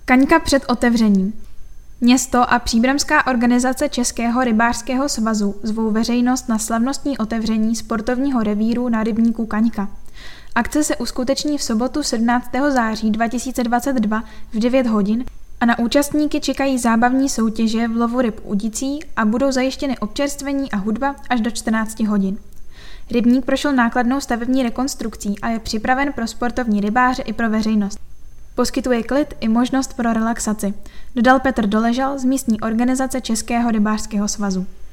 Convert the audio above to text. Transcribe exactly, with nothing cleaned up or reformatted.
Kaňka před otevřením. Město a příbramská organizace Českého rybářského svazu zvou veřejnost na slavnostní otevření sportovního revíru na rybníku Kaňka. Akce se uskuteční v sobotu sedmnáctého září dva tisíce dvacet dva v devět hodin a na účastníky čekají zábavní soutěže v lovu ryb udicí a budou zajištěny občerstvení a hudba až do čtrnácti hodin. Rybník prošel nákladnou stavební rekonstrukcí a je připraven pro sportovní rybáře i pro veřejnost. Poskytuje klid i možnost pro relaxaci, dodal Petr Doležal z místní organizace Českého rybářského svazu.